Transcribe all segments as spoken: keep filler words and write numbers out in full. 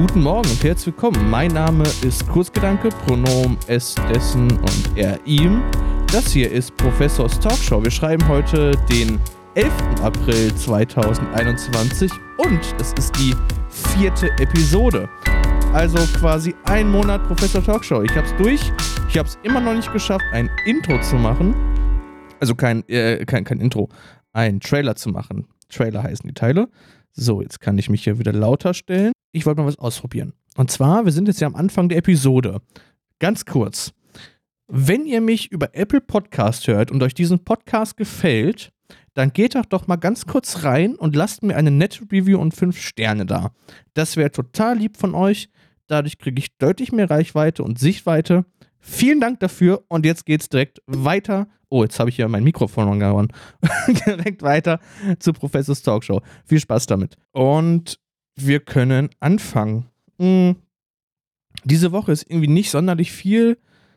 Guten Morgen und herzlich willkommen. Mein Name ist Kurzgedanke, Pronomen es, dessen und er, ihm. Das hier ist Professors Talkshow. Wir schreiben heute den elften April zweitausendeinundzwanzig und es ist die vierte Episode. Also quasi ein Monat Professor Talkshow. Ich hab's durch. Ich hab's immer noch nicht geschafft, ein Intro zu machen. Also kein, äh, kein, kein Intro, ein Trailer zu machen. Trailer heißen die Teile. So, jetzt kann ich mich hier wieder lauter stellen. Ich wollte mal was ausprobieren. Und zwar, wir sind jetzt ja am Anfang der Episode. Ganz kurz. Wenn ihr mich über Apple Podcast hört und euch diesen Podcast gefällt, dann geht doch doch mal ganz kurz rein und lasst mir eine nette Review und fünf Sterne da. Das wäre total lieb von euch. Dadurch kriege ich deutlich mehr Reichweite und Sichtweite. Vielen Dank dafür und jetzt geht's direkt weiter. Oh, jetzt habe ich ja mein Mikrofon angehauen. Direkt weiter zu Professors Talkshow. Viel Spaß damit. Und wir können anfangen. Hm. Diese Woche ist irgendwie nicht sonderlich viel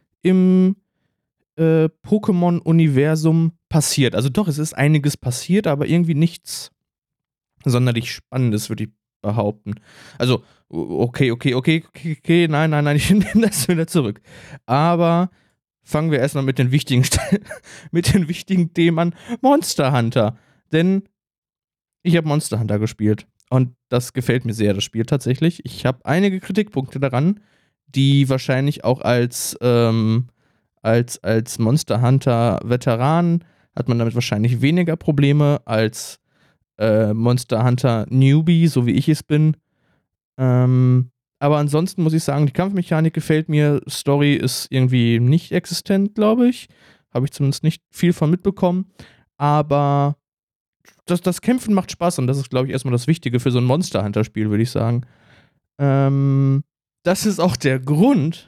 im äh, Pokémon-Universum passiert. Also doch, es ist einiges passiert, aber irgendwie nichts sonderlich Spannendes, würde ich behaupten. Also, okay, okay, okay, okay, okay, nein, nein, nein, ich nehme das wieder zurück. Aber fangen wir erstmal mit den wichtigen mit den wichtigen Themen an. Monster Hunter. Denn ich habe Monster Hunter gespielt. Und das gefällt mir sehr, das Spiel tatsächlich. Ich habe einige Kritikpunkte daran, die wahrscheinlich auch als, ähm, als, als Monster Hunter Veteran hat man damit wahrscheinlich weniger Probleme als äh, Monster Hunter Newbie, so wie ich es bin. Ähm, aber ansonsten muss ich sagen, die Kampfmechanik gefällt mir. Story ist irgendwie nicht existent, glaube ich. Habe ich zumindest nicht viel von mitbekommen. Aber das, das Kämpfen macht Spaß und das ist, glaube ich, erstmal das Wichtige für so ein Monster Hunter-Spiel, würde ich sagen. Ähm, das ist auch der Grund,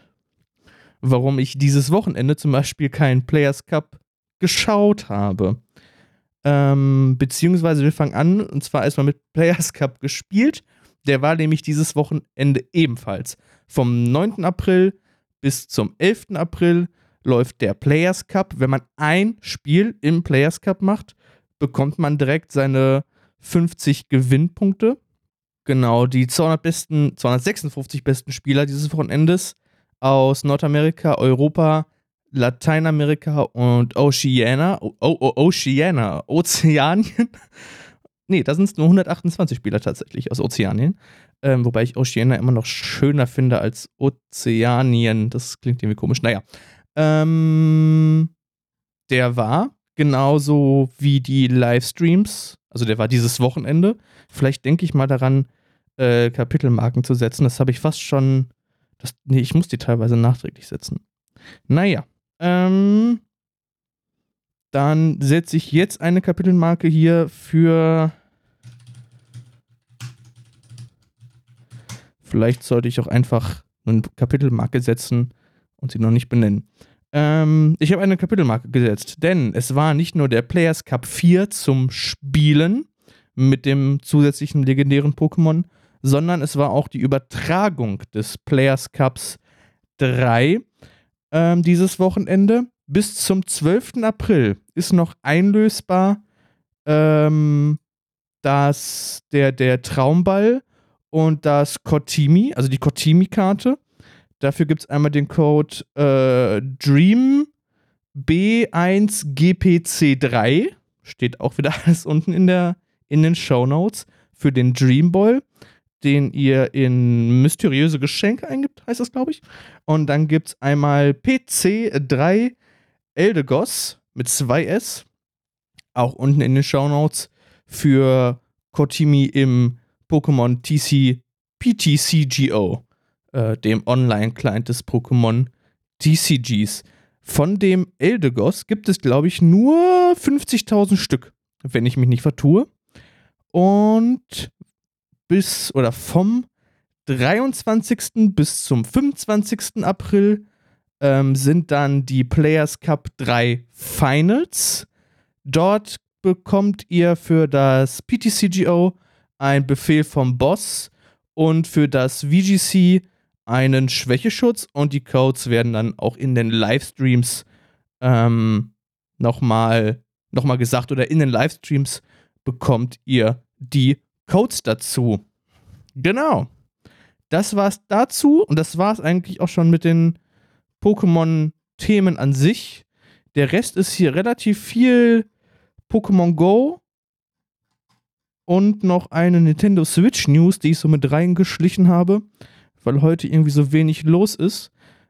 warum ich dieses Wochenende zum Beispiel keinen Players Cup geschaut habe. Ähm, beziehungsweise wir fangen an, und zwar erstmal mit Players Cup gespielt. Der war nämlich dieses Wochenende ebenfalls. Vom neunten April bis zum elften April läuft der Players Cup. Wenn man ein Spiel im Players Cup macht, bekommt man direkt seine fünfzig Gewinnpunkte. Genau, die zweihundert besten, zweihundertsechsundfünfzig besten Spieler dieses Wochenendes aus Nordamerika, Europa, Lateinamerika und Oceania. O- o- Oceania, Ozeanien. Nee, da sind es nur hundertachtundzwanzig Spieler tatsächlich aus Ozeanien. Ähm, wobei ich Oceania immer noch schöner finde als Ozeanien. Das klingt irgendwie komisch. Naja. Ähm, der war genauso wie die Livestreams. Also der war dieses Wochenende. Vielleicht denke ich mal daran, äh, Kapitelmarken zu setzen. Das habe ich fast schon. Das, nee, ich muss die teilweise nachträglich setzen. Naja. Ähm. Dann setze ich jetzt eine Kapitelmarke hier für. Vielleicht sollte ich auch einfach eine Kapitelmarke setzen und sie noch nicht benennen. Ähm, ich habe eine Kapitelmarke gesetzt, denn es war nicht nur der Players Cup vier zum Spielen mit dem zusätzlichen legendären Pokémon, sondern es war auch die Übertragung des Players Cups drei ähm, dieses Wochenende. Bis zum zwölften April ist noch einlösbar ähm, das, der, der Traumball und das Kotimi, also die Kotimi-Karte. Dafür gibt es einmal den Code äh, Dream B eins G P C drei. Steht auch wieder alles unten in, der, in den Shownotes für den Dream Ball, den ihr in mysteriöse Geschenke eingibt, heißt das, glaube ich. Und dann gibt es einmal P C drei Eldegoss mit zwei S, auch unten in den Shownotes für Kotimi im Pokémon T C P T C G O, äh, dem Online-Client des Pokémon T C Gs. Von dem Eldegoss gibt es, glaube ich, nur fünfzigtausend Stück, wenn ich mich nicht vertue. Und bis oder vom dreiundzwanzigsten bis zum fünfundzwanzigsten April ähm, sind dann die Players Cup drei Finals. Dort bekommt ihr für das P T C G O einen Befehl vom Boss und für das V G C einen Schwächeschutz und die Codes werden dann auch in den Livestreams ähm, nochmal noch mal gesagt oder in den Livestreams bekommt ihr die Codes dazu. Genau. das war's dazu und das war's eigentlich auch schon mit den Pokémon-Themen an sich. Der Rest ist hier relativ viel Pokémon Go und noch eine Nintendo Switch News, die ich so mit reingeschlichen habe, weil heute irgendwie so wenig los ist.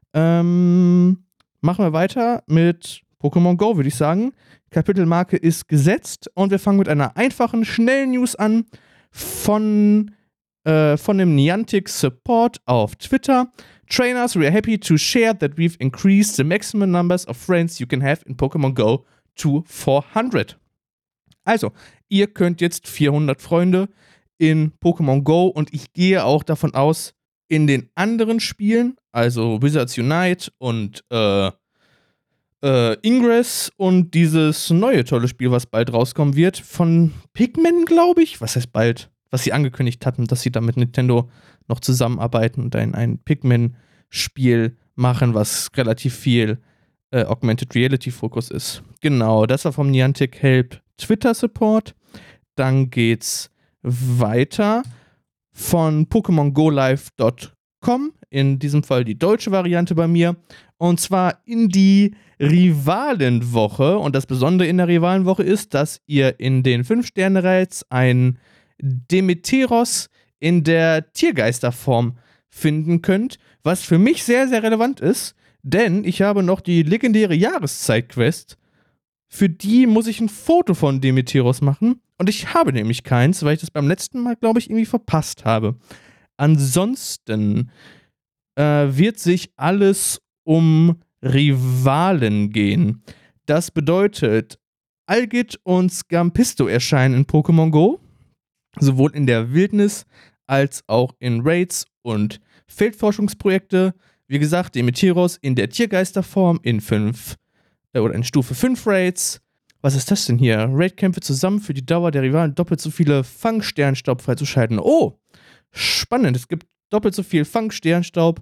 Ähm, machen wir weiter mit Pokémon Go, würde ich sagen. Kapitelmarke ist gesetzt und wir fangen mit einer einfachen, schnellen News an von, äh, von dem Niantic Support auf Twitter. Trainers, we are happy to share that we've increased the maximum numbers of friends you can have in Pokémon Go to four hundred. Also, ihr könnt jetzt vierhundert Freunde in Pokémon Go und ich gehe auch davon aus, in den anderen Spielen, also Wizards Unite und äh, äh, Ingress und dieses neue tolle Spiel, was bald rauskommen wird, von Pikmin, glaube ich. Was heißt bald? Was sie angekündigt hatten, dass sie da mit Nintendo noch zusammenarbeiten und ein, ein Pikmin-Spiel machen, was relativ viel äh, Augmented Reality-Fokus ist. Genau, das war vom Niantic Help Twitter-Support. Dann geht's weiter von Pokémon Go Live Punkt com, in diesem Fall die deutsche Variante bei mir, und zwar in die Rivalenwoche. Und das Besondere in der Rivalenwoche ist, dass ihr in den fünf Sterne Raids ein Demeteros in der Tiergeisterform finden könnt, was für mich sehr, sehr relevant ist, denn ich habe noch die legendäre Jahreszeit-Quest, für die muss ich ein Foto von Demeteros machen und ich habe nämlich keins, weil ich das beim letzten Mal, glaube ich, irgendwie verpasst habe. Ansonsten äh, wird sich alles um Rivalen gehen. Das bedeutet, Algit und Scampisto erscheinen in Pokémon Go, sowohl in der Wildnis als auch in Raids und Feldforschungsprojekte. Wie gesagt, Demeteros in der Tiergeisterform in fünf äh, oder in Stufe fünf Raids. Was ist das denn hier? Raidkämpfe zusammen für die Dauer der Rivalen doppelt so viele Fangsternstaub freizuschalten. Oh, spannend. Es gibt doppelt so viel Fangsternstaub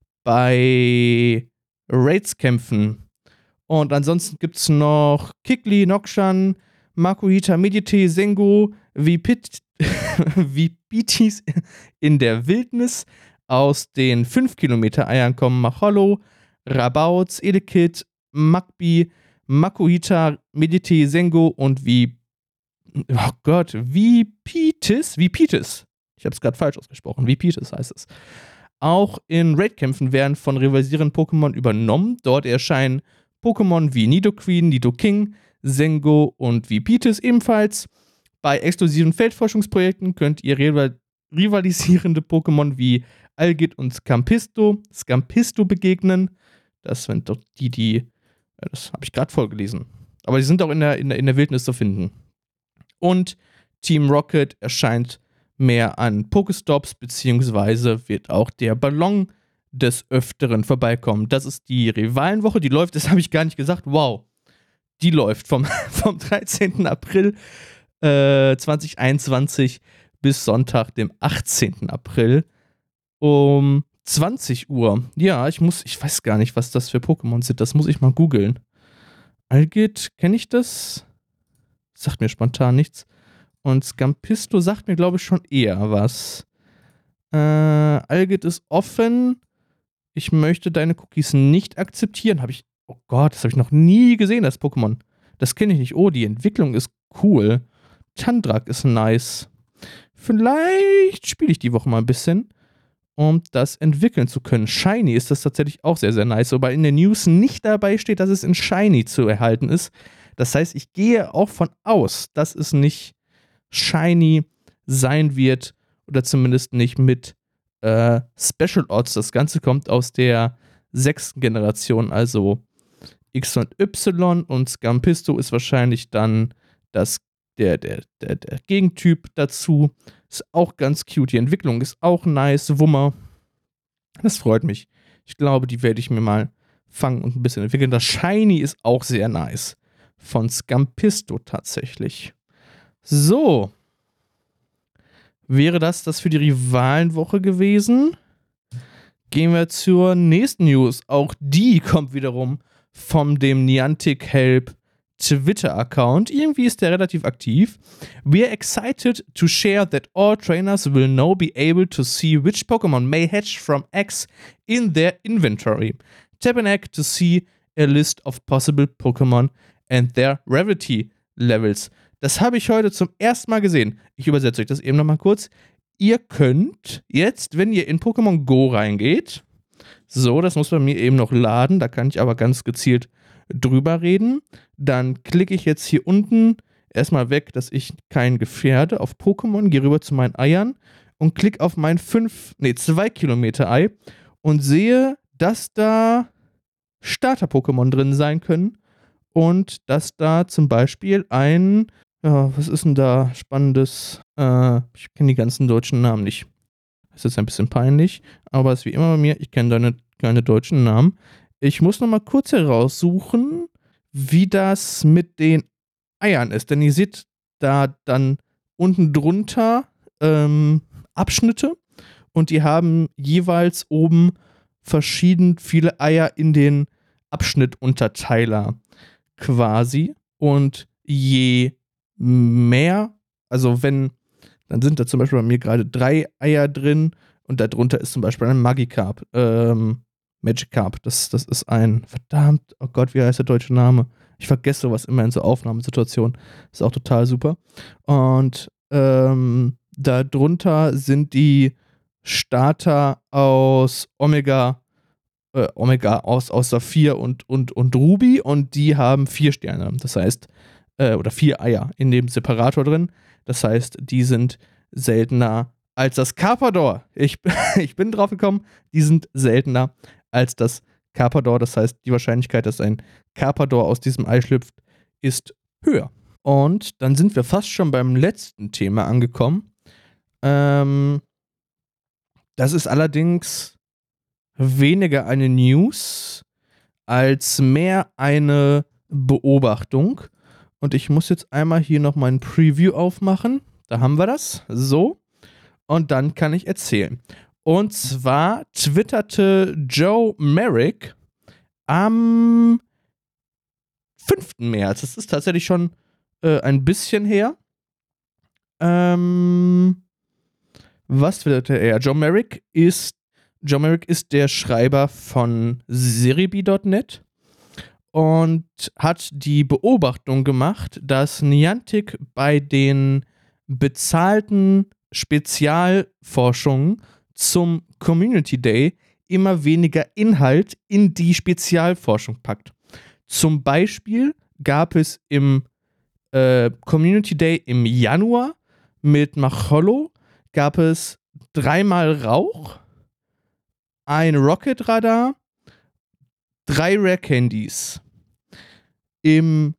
bei Raids-Kämpfen. Und ansonsten gibt es noch Kikli, Nokshan, Makuhita, Medite, Sengo, Vipit, Vipitis in der Wildnis. Aus den fünf Kilometer Eiern kommen Macholo, Rabauts, Elekid, Magbi, Makuhita, Medite, Sengo und wie oh Gott, Vipitis, Vipitis. Ich habe es gerade falsch ausgesprochen. Vipitis heißt es. Auch in Raidkämpfen werden von rivalisierenden Pokémon übernommen. Dort erscheinen Pokémon wie Nidoqueen, Nidoking, Sengo und Vipitis ebenfalls. Bei exklusiven Feldforschungsprojekten könnt ihr rival- rivalisierende Pokémon wie Algit und Scampisto, Scampisto begegnen. Das sind doch die, die, das habe ich gerade vorgelesen. Aber die sind auch in der, in, der, in der Wildnis zu finden. Und Team Rocket erscheint mehr an Pokestops, beziehungsweise wird auch der Ballon des Öfteren vorbeikommen. Das ist die Rivalenwoche, die läuft, das habe ich gar nicht gesagt, wow, die läuft vom, vom dreizehnten April äh, zwanzig einundzwanzig bis Sonntag, dem achtzehnten April um zwanzig Uhr. Ja, ich muss, ich weiß gar nicht, was das für Pokémon sind, das muss ich mal googeln. Algit, kenne ich das? Sagt mir spontan nichts. Und Scampisto sagt mir, glaube ich, schon eher was. Äh, Algit ist offen. Ich möchte deine Cookies nicht akzeptieren. Habe ich, oh Gott, das habe ich noch nie gesehen, das Pokémon. Das kenne ich nicht. Oh, die Entwicklung ist cool. Tandrak ist nice. Vielleicht spiele ich die Woche mal ein bisschen, um das entwickeln zu können. Shiny ist das tatsächlich auch sehr, sehr nice. Wobei in der News nicht dabei steht, dass es in Shiny zu erhalten ist. Das heißt, ich gehe auch von aus, dass es nicht Shiny sein wird oder zumindest nicht mit äh, Special Odds. Das Ganze kommt aus der sechsten Generation, also X und Y, und Scampisto ist wahrscheinlich dann das, der, der, der, der Gegentyp dazu. Ist auch ganz cute. Die Entwicklung ist auch nice. Wummer. Das freut mich. Ich glaube, die werde ich mir mal fangen und ein bisschen entwickeln. Das Shiny ist auch sehr nice. Von Scampisto tatsächlich. So. Wäre das das für die Rivalenwoche gewesen? Gehen wir zur nächsten News. Auch die kommt wiederum von dem Niantic Help Twitter-Account. Irgendwie ist der relativ aktiv. We are excited to share that all trainers will now be able to see which Pokémon may hatch from eggs in their inventory. Tap an egg to see a list of possible Pokémon and their Rarity Levels. Das habe ich heute zum ersten Mal gesehen. Ich übersetze euch das eben nochmal kurz. Ihr könnt jetzt, wenn ihr in Pokémon Go reingeht, so, das muss bei mir eben noch laden, da kann ich aber ganz gezielt drüber reden. Dann klicke ich jetzt hier unten erstmal weg, dass ich keinen gefährde, auf Pokémon, gehe rüber zu meinen Eiern und klicke auf mein fünf, nee, zwei Kilometer Ei und sehe, dass da Starter-Pokémon drin sein können und dass da zum Beispiel ein, ja, was ist denn da spannendes, äh, ich kenne die ganzen deutschen Namen nicht. Das ist jetzt ein bisschen peinlich, aber es ist wie immer bei mir, ich kenne deine keine deutschen Namen. Ich muss noch mal kurz heraussuchen, wie das mit den Eiern ist, denn ihr seht da dann unten drunter ähm, Abschnitte und die haben jeweils oben verschieden viele Eier in den Abschnittunterteiler quasi und je mehr, also wenn, dann sind da zum Beispiel bei mir gerade drei Eier drin und darunter ist zum Beispiel ein Magikarp, ähm, Magikarp, das, das ist ein, verdammt, oh Gott, wie heißt der deutsche Name? Ich vergesse sowas immer in so Aufnahmesituationen, ist auch total super. Und ähm, darunter sind die Starter aus Omega, äh, Omega aus, aus Saphir und, und, und Ruby und die haben vier Sterne, das heißt, äh, oder vier Eier in dem Separator drin, das heißt, die sind seltener als das Carpador. Ich, ich bin drauf gekommen, die sind seltener als das Carpador, das heißt, die Wahrscheinlichkeit, dass ein Carpador aus diesem Ei schlüpft, ist höher. Und dann sind wir fast schon beim letzten Thema angekommen. Ähm, das ist allerdings weniger eine News als mehr eine Beobachtung. Und ich muss jetzt einmal hier noch mein Preview aufmachen. Da haben wir das. So. Und dann kann ich erzählen. Und zwar twitterte Joe Merrick am fünften März. Das ist tatsächlich schon äh, ein bisschen her. Ähm, was twitterte er? Joe Merrick ist, Joe Merrick ist der Schreiber von Serebii Punkt net und hat die Beobachtung gemacht, dass Niantic bei den bezahlten Spezialforschungen zum Community Day immer weniger Inhalt in die Spezialforschung packt. Zum Beispiel gab es im äh, Community Day im Januar mit Macholo gab es dreimal Rauch, ein Rocket Radar, drei Rare Candies. Im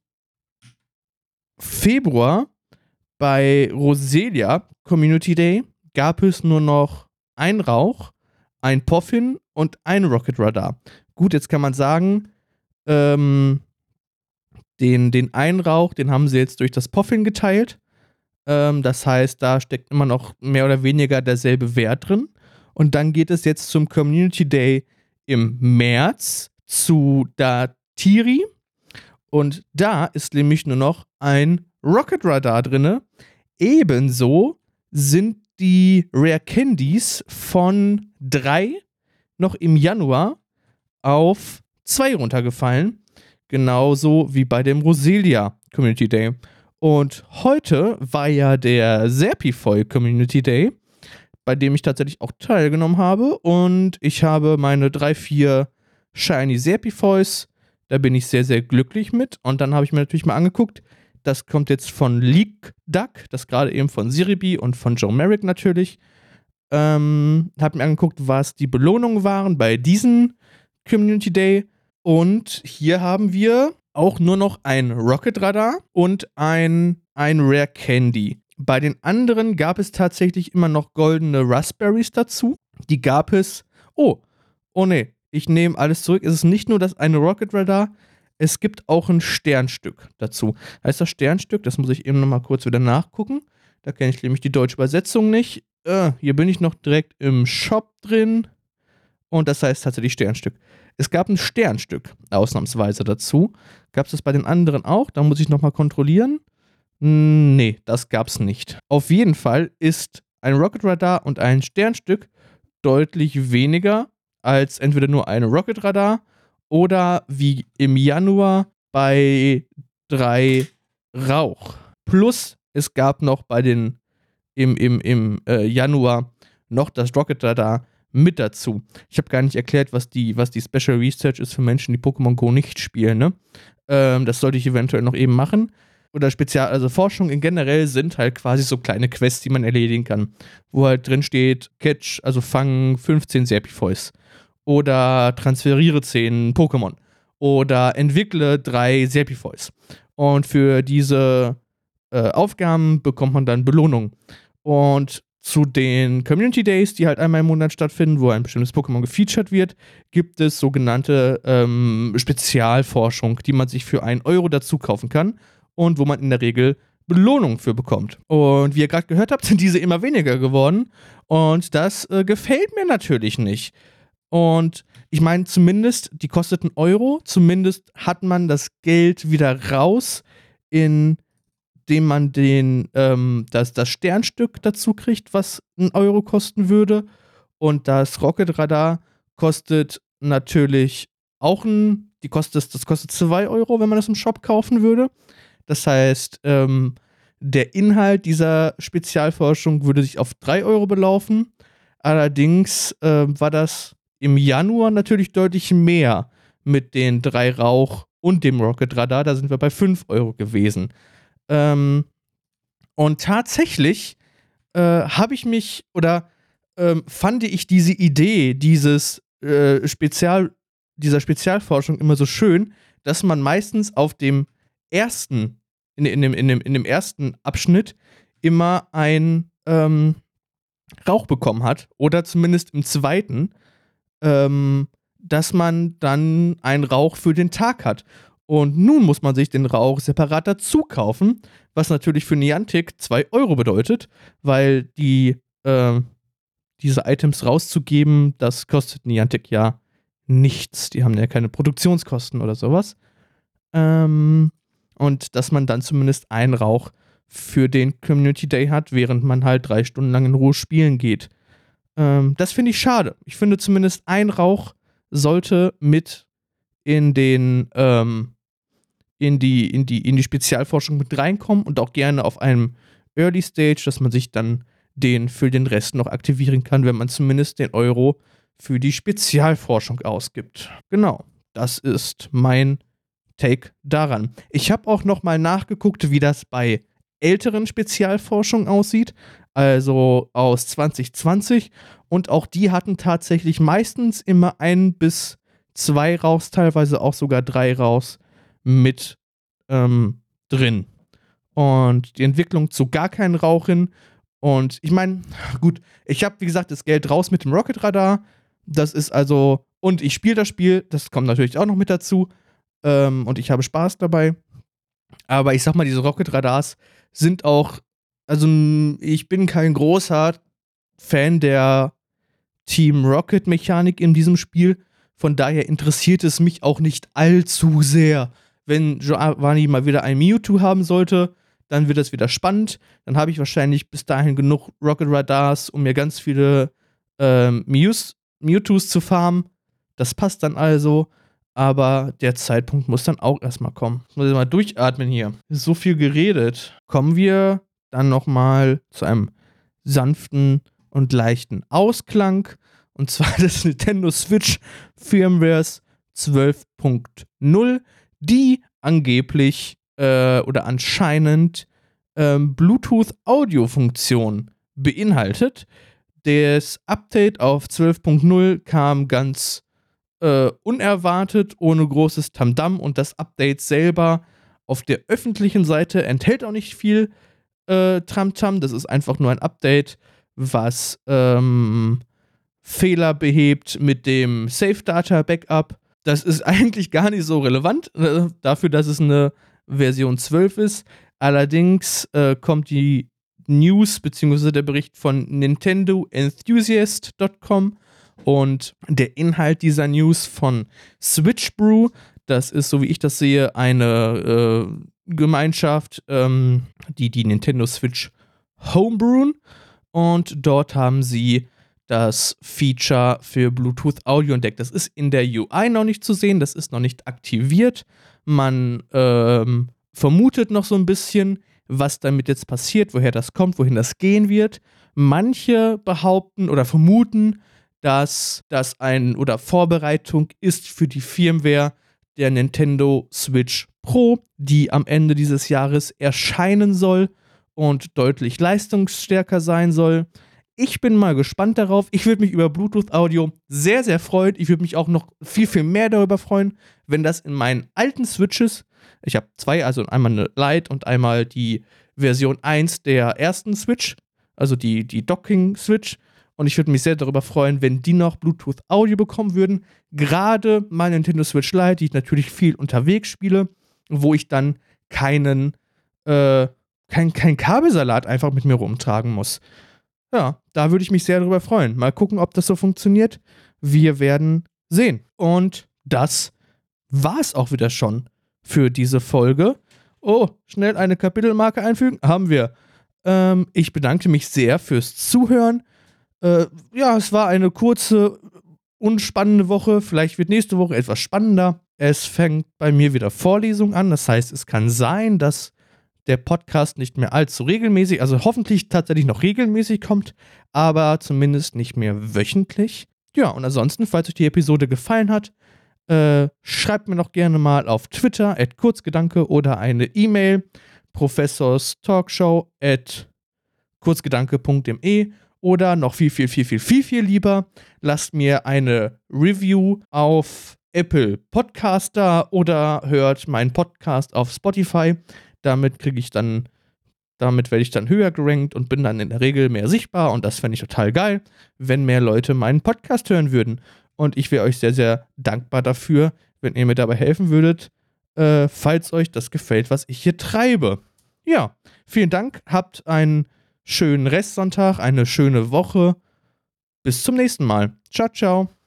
Februar bei Roselia Community Day gab es nur noch ein Rauch, ein Poffin und ein Rocket Radar. Gut, jetzt kann man sagen, ähm, den, den einen Rauch, den haben sie jetzt durch das Poffin geteilt. Ähm, das heißt, da steckt immer noch mehr oder weniger derselbe Wert drin. Und dann geht es jetzt zum Community Day im März zu Datiri. Und da ist nämlich nur noch ein Rocket Radar drin. Ebenso sind die Rare Candies von drei noch im Januar auf zwei runtergefallen. Genauso wie bei dem Roselia Community Day. Und heute war ja der Serpifoy Community Day, bei dem ich tatsächlich auch teilgenommen habe. Und ich habe meine drei, vier Shiny Serpifoys. Da bin ich sehr, sehr glücklich mit. Und dann habe ich mir natürlich mal angeguckt, das kommt jetzt von Leak Duck, das gerade eben von Serebii und von Joe Merrick natürlich. Ähm, habe mir angeguckt, was die Belohnungen waren bei diesem Community Day. Und hier haben wir auch nur noch ein Rocket Radar und ein, ein Rare Candy. Bei den anderen gab es tatsächlich immer noch goldene Raspberries dazu. Die gab es. Oh, oh nee, ich nehme alles zurück. Es ist nicht nur das eine Rocket Radar, es gibt auch ein Sternstück dazu. Heißt das Sternstück? Das muss ich eben nochmal kurz wieder nachgucken. Da kenne ich nämlich die deutsche Übersetzung nicht. Äh, hier bin ich noch direkt im Shop drin. Und das heißt tatsächlich Sternstück. Es gab ein Sternstück, ausnahmsweise dazu. Gab es das bei den anderen auch? Da muss ich nochmal kontrollieren. Nee, das gab's nicht. Auf jeden Fall ist ein Rocket Radar und ein Sternstück deutlich weniger als entweder nur eine Rocket Radar oder wie im Januar bei drei Rauch. Plus es gab noch bei den im, im, im äh, Januar noch das Rocket Radar mit dazu. Ich habe gar nicht erklärt, was die, was die Special Research ist für Menschen, die Pokémon Go nicht spielen. Ne? Ähm, das sollte ich eventuell noch eben machen. Oder Spezial, also Forschungen generell sind halt quasi so kleine Quests, die man erledigen kann. Wo halt drin steht, catch, also fangen fünfzehn Serpifoys. Oder transferiere zehn Pokémon. Oder entwickle drei Serpifoys. Und für diese äh, Aufgaben bekommt man dann Belohnung. Und zu den Community Days, die halt einmal im Monat stattfinden, wo ein bestimmtes Pokémon gefeatured wird, gibt es sogenannte ähm, Spezialforschung, die man sich für einen Euro dazu kaufen kann und wo man in der Regel Belohnung für bekommt. Und wie ihr gerade gehört habt, sind diese immer weniger geworden und das äh, gefällt mir natürlich nicht. Und ich meine, zumindest, die kosteten Euro, zumindest hat man das Geld wieder raus, indem man den, ähm, das, das Sternstück dazu kriegt, was einen Euro kosten würde. Und das Rocket Radar kostet natürlich auch ein, die kostet, das kostet zwei Euro, wenn man das im Shop kaufen würde. Das heißt, ähm, der Inhalt dieser Spezialforschung würde sich auf drei Euro belaufen. Allerdings äh, war das im Januar natürlich deutlich mehr mit den drei Rauch und dem Rocket Radar. Da sind wir bei fünf Euro gewesen. Ähm, und tatsächlich äh, habe ich mich oder ähm, fand ich diese Idee dieses äh, Spezial, dieser Spezialforschung immer so schön, dass man meistens auf dem ersten, in, in, dem, in, dem, in dem ersten Abschnitt immer ein ähm, Rauch bekommen hat. Oder zumindest im zweiten, ähm, dass man dann einen Rauch für den Tag hat. Und nun muss man sich den Rauch separat dazu kaufen, was natürlich für Niantic zwei Euro bedeutet, weil die, äh, diese Items rauszugeben, das kostet Niantic ja nichts. Die haben ja keine Produktionskosten oder sowas. Ähm, und dass man dann zumindest einen Rauch für den Community Day hat, während man halt drei Stunden lang in Ruhe spielen geht. Ähm, das finde ich schade. Ich finde zumindest ein Rauch sollte mit in den, ähm, in die, in die, in die Spezialforschung mit reinkommen und auch gerne auf einem Early Stage, dass man sich dann den für den Rest noch aktivieren kann, wenn man zumindest den Euro für die Spezialforschung ausgibt. Genau, das ist mein Take daran. Ich habe auch noch mal nachgeguckt, wie das bei älteren Spezialforschungen aussieht, also aus zwanzig zwanzig, und auch die hatten tatsächlich meistens immer ein bis zwei Rauchs, teilweise auch sogar drei Rauchs mit ähm, drin. Und die Entwicklung zu gar keinen Rauch hin. Und ich meine, gut, ich habe, wie gesagt, das Geld raus mit dem Rocket Radar. Das ist also, und ich spiele das Spiel, das kommt natürlich auch noch mit dazu. Ähm, und ich habe Spaß dabei. Aber ich sag mal, diese Rocket Radars sind auch, also ich bin kein großer Fan der Team Rocket Mechanik in diesem Spiel. Von daher interessiert es mich auch nicht allzu sehr. Wenn Giovanni mal wieder ein Mewtwo haben sollte, dann wird das wieder spannend. Dann habe ich wahrscheinlich bis dahin genug Rocket Radars, um mir ganz viele ähm, Mews, Mewtwo's zu farmen. Das passt dann also. Aber der Zeitpunkt muss dann auch erstmal kommen. Ich muss jetzt mal durchatmen hier. So viel geredet. Kommen wir dann nochmal zu einem sanften und leichten Ausklang. Und zwar des Nintendo Switch Firmwares zwölf Punkt null, die angeblich äh, oder anscheinend ähm, Bluetooth-Audio-Funktion beinhaltet. Das Update auf zwölf Punkt null kam ganz Äh, unerwartet, ohne großes Tamtam, und das Update selber auf der öffentlichen Seite enthält auch nicht viel äh, Tamtam. Das ist einfach nur ein Update, was ähm, Fehler behebt mit dem Safe Data Backup. Das ist eigentlich gar nicht so relevant, äh, dafür, dass es eine Version zwölf ist. Allerdings äh, kommt die News bzw. der Bericht von Nintendo Enthusiast Punkt com. Und der Inhalt dieser News von Switch Brew, das ist, so wie ich das sehe, eine äh, Gemeinschaft, ähm, die die Nintendo Switch homebrewen. Und dort haben sie das Feature für Bluetooth Audio entdeckt. Das ist in der U I noch nicht zu sehen, das ist noch nicht aktiviert. Man ähm, vermutet noch so ein bisschen, was damit jetzt passiert, woher das kommt, wohin das gehen wird. Manche behaupten oder vermuten, dass das ein oder Vorbereitung ist für die Firmware der Nintendo Switch Pro, die am Ende dieses Jahres erscheinen soll und deutlich leistungsstärker sein soll. Ich bin mal gespannt darauf. Ich würde mich über Bluetooth-Audio sehr, sehr freuen. Ich würde mich auch noch viel, viel mehr darüber freuen, wenn das in meinen alten Switches, ich habe zwei, also einmal eine Lite und einmal die Version eins der ersten Switch, also die, die Docking-Switch. Und ich würde mich sehr darüber freuen, wenn die noch Bluetooth-Audio bekommen würden. Gerade meine Nintendo Switch Lite, die ich natürlich viel unterwegs spiele, wo ich dann keinen, äh, kein, kein Kabelsalat einfach mit mir rumtragen muss. Ja, da würde ich mich sehr darüber freuen. Mal gucken, ob das so funktioniert. Wir werden sehen. Und das war's auch wieder schon für diese Folge. Oh, schnell eine Kapitelmarke einfügen. Haben wir. Ähm, ich bedanke mich sehr fürs Zuhören. Äh, ja, es war eine kurze, unspannende Woche. Vielleicht wird nächste Woche etwas spannender. Es fängt bei mir wieder Vorlesung an. Das heißt, es kann sein, dass der Podcast nicht mehr allzu regelmäßig, also hoffentlich tatsächlich noch regelmäßig kommt, aber zumindest nicht mehr wöchentlich. Ja, und ansonsten, falls euch die Episode gefallen hat, äh, schreibt mir noch gerne mal auf Twitter at kurzgedanke oder eine E-Mail professorstalkshow at kurzgedanke punkt de oder noch viel, viel, viel, viel, viel, viel lieber, lasst mir eine Review auf Apple Podcaster oder hört meinen Podcast auf Spotify. Damit kriege ich dann, damit werde ich dann höher gerankt und bin dann in der Regel mehr sichtbar und das fände ich total geil, wenn mehr Leute meinen Podcast hören würden. Und ich wäre euch sehr, sehr dankbar dafür, wenn ihr mir dabei helfen würdet, äh, falls euch das gefällt, was ich hier treibe. Ja, vielen Dank, habt einen schönen Restsonntag, eine schöne Woche. Bis zum nächsten Mal. Ciao, ciao.